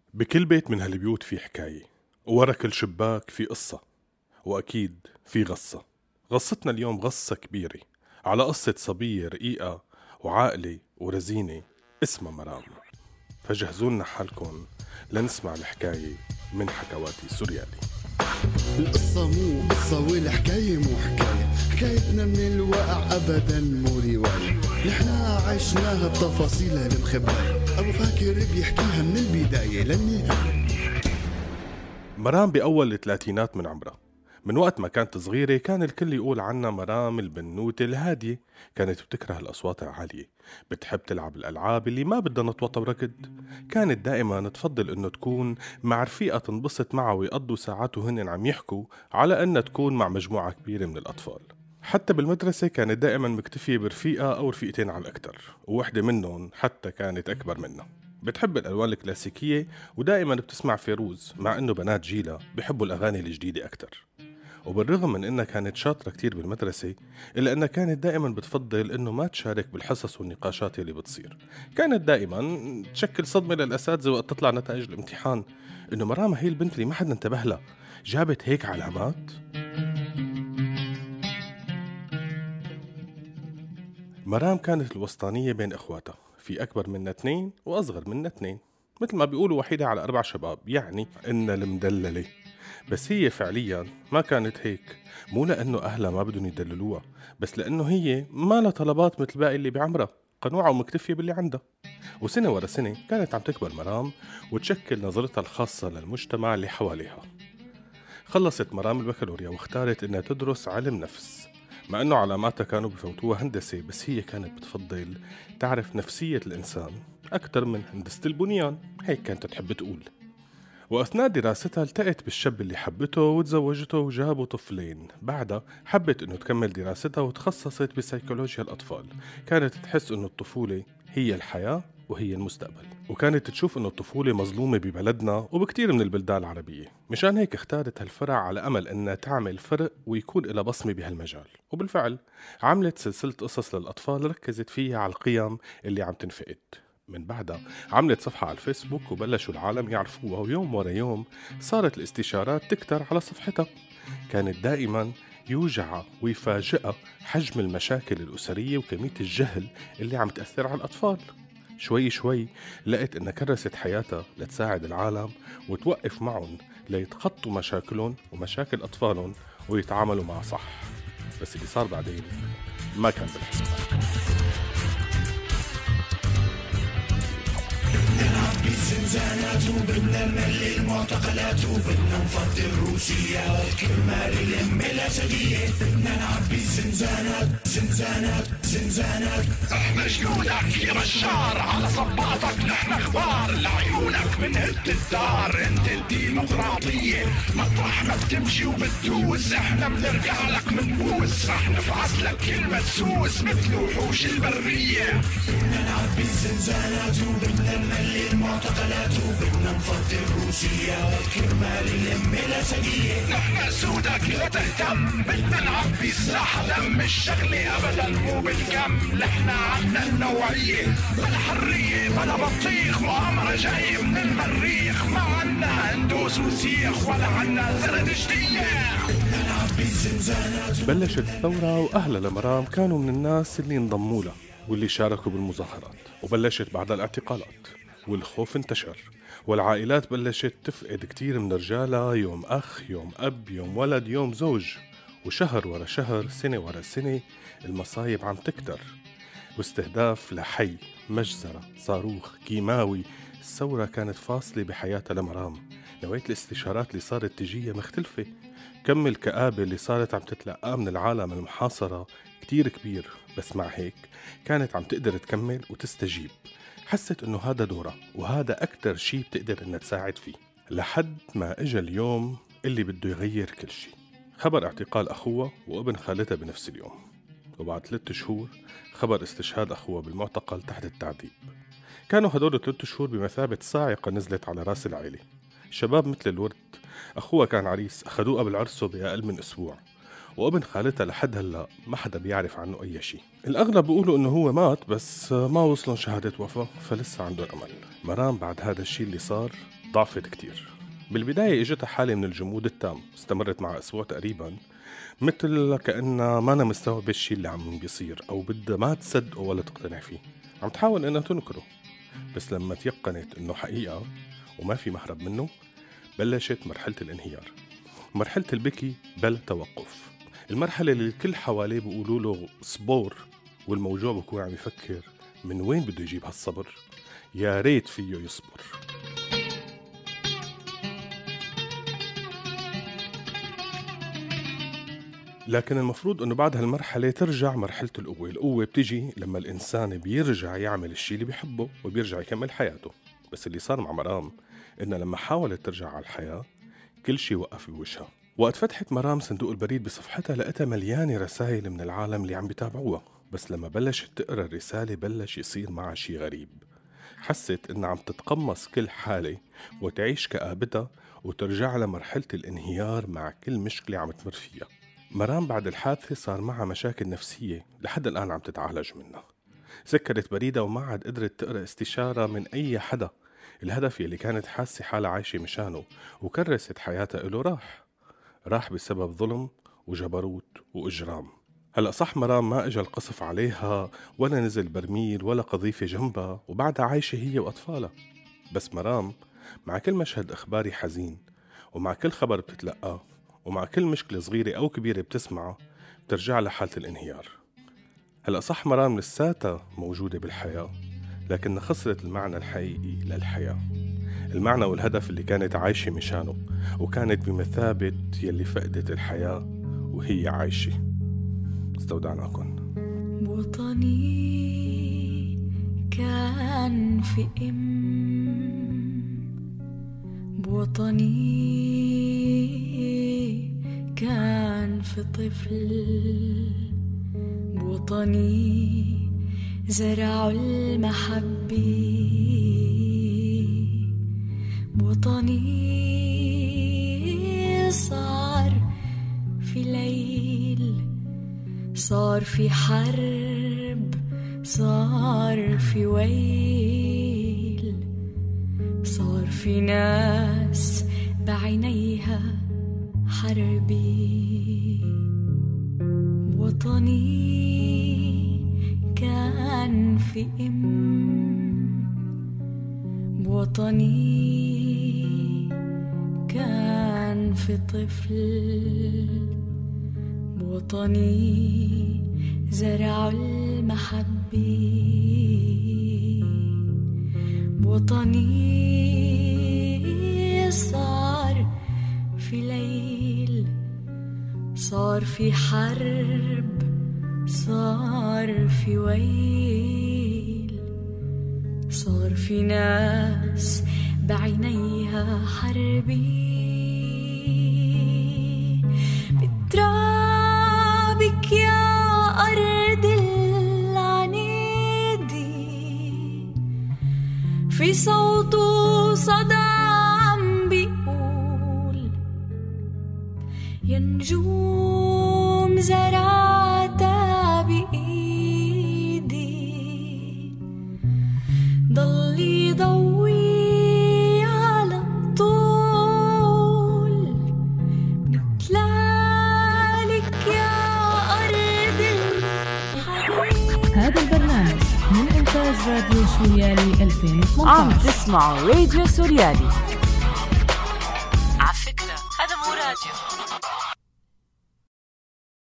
بكل بيت من هالبيوت في حكاية، وورا كل شباك في قصة، وأكيد في غصة. غصتنا اليوم غصة كبيرة على قصة صبية رقيقة وعاقلة ورزينة اسمها مرام. فجهزولنا حالكم لنسمع الحكاية من حكواتي سوريالي. القصة مو قصة والحكاية مو حكاية، حكايتنا من الواقع أبدا مو رواية، نحنا عشناها بتفاصيلها المخبأة، أبو فاكر بيحكيها من البداية للنهاية. مرام بأول الثلاثينات من عمرها. من وقت ما كانت صغيرة كان الكل يقول عنها مرام البنوتة الهادية. كانت بتكره الأصوات العالية، بتحب تلعب الألعاب اللي ما بدها نطوة وركض. كانت دائما تفضل إنه تكون مع رفيقة تنبسط معها ويقضوا ساعات وهن عم يحكوا، على أنها تكون مع مجموعة كبيرة من الأطفال. حتى بالمدرسة كانت دائما مكتفية برفيقة أو رفيقتين على الأكثر، ووحدة منهم حتى كانت أكبر منها. بتحب الألوان الكلاسيكية ودائما بتسمع فيروز، مع أنه بنات جيلها بيحبوا الأغاني الجديدة أكتر. وبالرغم من أنها كانت شاطرة كتير بالمدرسة، إلا أنها كانت دائما بتفضل أنه ما تشارك بالحصص والنقاشات اللي بتصير. كانت دائما تشكل صدمة للأساتذة وقت تطلع نتائج الامتحان، أنه مرام هي البنت اللي ما حدا انتبه لها جابت هيك علامات. مرام كانت الوسطانية بين إخواتها، في أكبر منا 2 وأصغر منا 2، مثل ما بيقولوا وحيدة على 4 شباب، يعني إنها المدللة. بس هي فعليا ما كانت هيك، مو لأنه أهلها ما بدهم يدللوها، بس لأنه هي ما لها طلبات مثل باقي اللي بعمرها، قنوعة ومكتفية باللي عندها. وسنة ورا سنة كانت عم تكبر مرام وتشكل نظرتها الخاصة للمجتمع اللي حواليها. خلصت مرام البكالوريا واختارت إنها تدرس علم نفس، مع أنه علاماتها كانوا بفوتوها هندسة، بس هي كانت بتفضل تعرف نفسية الإنسان أكتر من هندسة البنيان، هيك كانت تحب تقول. وأثناء دراستها التقت بالشاب اللي حبته وتزوجته وجابوا طفلين. بعدها حبت أنه تكمل دراستها وتخصصت بسيكولوجيا الأطفال. كانت تحس أنه الطفولة هي الحياة وهي المستقبل، وكانت تشوف أنه الطفولة مظلومة ببلدنا وبكتير من البلدان العربية. مشان هيك اختارت هالفرع على أمل أنها تعمل فرق ويكون لها بصمة بهالمجال. وبالفعل عملت سلسلة قصص للأطفال ركزت فيها على القيم اللي عم تنفقد. من بعدها عملت صفحة على الفيسبوك وبلشوا العالم يعرفوها، ويوم ورا يوم صارت الاستشارات تكتر على صفحتها. كانت دائما يوجع ويفاجئها حجم المشاكل الأسرية وكمية الجهل اللي عم تأثر على الأطفال. شوي شوي لقيت إنها كرست حياتها لتساعد العالم وتوقف معهم ليتخطوا مشاكلهم ومشاكل أطفالهم ويتعاملوا معها صح. بس اللي صار بعدين ما كان بالحسبان. بالزنزانات وبدنا نملي المعتقلات وبدنا نفضي الروسية والكرمال الاملاكية. بدنا نعبي الزنزانات زنزانات. احنا جنودك يا بشار، على صباطك نحن اخبار، لعيونك من هد الدار. انت الديمقراطية مطرح ما بتمشي وبتدوس، احنا بنرجع لك منبوس، رح نفعص لك كلمة سوس مثل وحوش البرية. بدنا نعبي الزنزانات وبدنا نملي المعتقلات وبدنا نفضي الروسية والكرمال الاملاكية. نحن سودك لا تهتم، بدنا نعبي السلاح دم، الشغلة ابدا مو بالكم، نحن عنا النوعية بلا حرية بلا بطيخ، مؤامرة جاي من المريخ، ما عنا هندوس وسيخ ولا عنا زردشتية. بدنا نعبي الزنزانات. بلشت الثورة وأهلها لمرام كانوا من الناس اللي انضموا لها واللي شاركوا بالمظاهرات، وبلشت بعد الاعتقالات والخوف انتشر، والعائلات بلشت تفقد كتير من رجالها، يوم أخ يوم أب يوم ولد يوم زوج. وشهر ورا شهر سنة ورا سنة المصايب عم تكتر، واستهداف لحي مجزرة صاروخ كيماوي. الثورة كانت فاصلة بحياتها لمرام. نوعية الاستشارات اللي صارت تجيها مختلفة، كم الكآبة اللي صارت عم تتلقى من العالم المحاصرة كتير كبير، بس مع هيك كانت عم تقدر تكمل وتستجيب. حست انه هذا دورها وهذا اكتر شي بتقدر انها تساعد فيه، لحد ما اجا اليوم اللي بده يغير كل شي. خبر اعتقال اخوها وابن خالتها بنفس اليوم، وبعد 3 شهور خبر استشهاد اخوها بالمعتقل تحت التعذيب. كانوا هدول 3 شهور بمثابة صاعقة نزلت على راس العائلة. شباب مثل الورد، اخوها كان عريس اخذوه قبل عرسه بأقل من اسبوع، وابن خالتها لحد هلا ما حدا بيعرف عنه اي شيء. الاغلب بيقولوا انه هو مات، بس ما وصلن شهادة وفاة، فلسه عنده امل. مرام بعد هذا الشيء اللي صار ضعفت كتير. بالبداية اجتها حالة من الجمود التام استمرت مع أسبوع تقريبا، مثل كأنها ما أنا مستوعبة الشي اللي عم بيصير أو بدها ما تصدقه ولا تقتنع فيه، عم تحاول إنها تنكره. بس لما تيقنت إنه حقيقة وما في مهرب منه، بلشت مرحلة الانهيار، مرحلة البكي بل توقف، المرحلة اللي الكل حواليه بيقولوا له صبور، والموجوع بكون عم يفكر من وين بده يجيب هالصبر، يا ريت فيه يصبر. لكن المفروض انه بعد هالمرحلة ترجع مرحلة القوة بتجي لما الانسان بيرجع يعمل الشي اللي بيحبه وبيرجع يكمل حياته. بس اللي صار مع مرام انها لما حاولت ترجع على الحياة كل شي وقف بوجهها. وقت فتحت مرام صندوق البريد بصفحتها لقيتها مليانة رسائل من العالم اللي عم بيتابعوها. بس لما بلشت تقرأ الرسالة بلش يصير معها شي غريب، حست انها عم تتقمص كل حالة وتعيش كآبتها وترجع لمرحلة الانهيار مع كل مشكلة عم تمر فيها. مرام بعد الحادثة صار معها مشاكل نفسية لحد الآن عم تتعالج منها. سكرت بريدها وما عاد قدرت تقرأ استشارة من أي حدا. الهدف يلي كانت حاسة حالة عايشة مشانه وكرست حياتها إله راح بسبب ظلم وجبروت وإجرام. هلأ صح مرام ما اجى القصف عليها ولا نزل برميل ولا قذيفة جنبها وبعدها عايشة هي وأطفالها. بس مرام مع كل مشهد إخباري حزين ومع كل خبر بتتلقاه ومع كل مشكلة صغيرة أو كبيرة بتسمعها بترجع لحالة الانهيار. هلأ صح مرام لساتها موجودة بالحياة، لكنها خسرت المعنى الحقيقي للحياة، المعنى والهدف اللي كانت عايشة مشانه، وكانت بمثابة يلي فقدت الحياة وهي عايشة. استودعناكم. وطني كان في بوطني كان في طفل، بوطني زرع المحبة، بوطني صار في ليل، صار في حرب، صار في ويل، صار في ناس بعينيها حربي. وطني كان في بوطني كان في طفل، بوطني زرع المحبة، بوطني صار في ليل، صار في حرب، صار في ويل، صار في ناس بعينيها حربي. بترابك يا أرض العنيدي، في صوته صدى عم بيقول يا نجوم زرعتها بإيدي، ضلي ضوي على الطول، نتلالك يا أرض الحبيب. هذا البرنامج من إنتاج راديو سوريالي 2018. عم تسمعوا راديو سوريالي. على فكرة هذا مو راديو.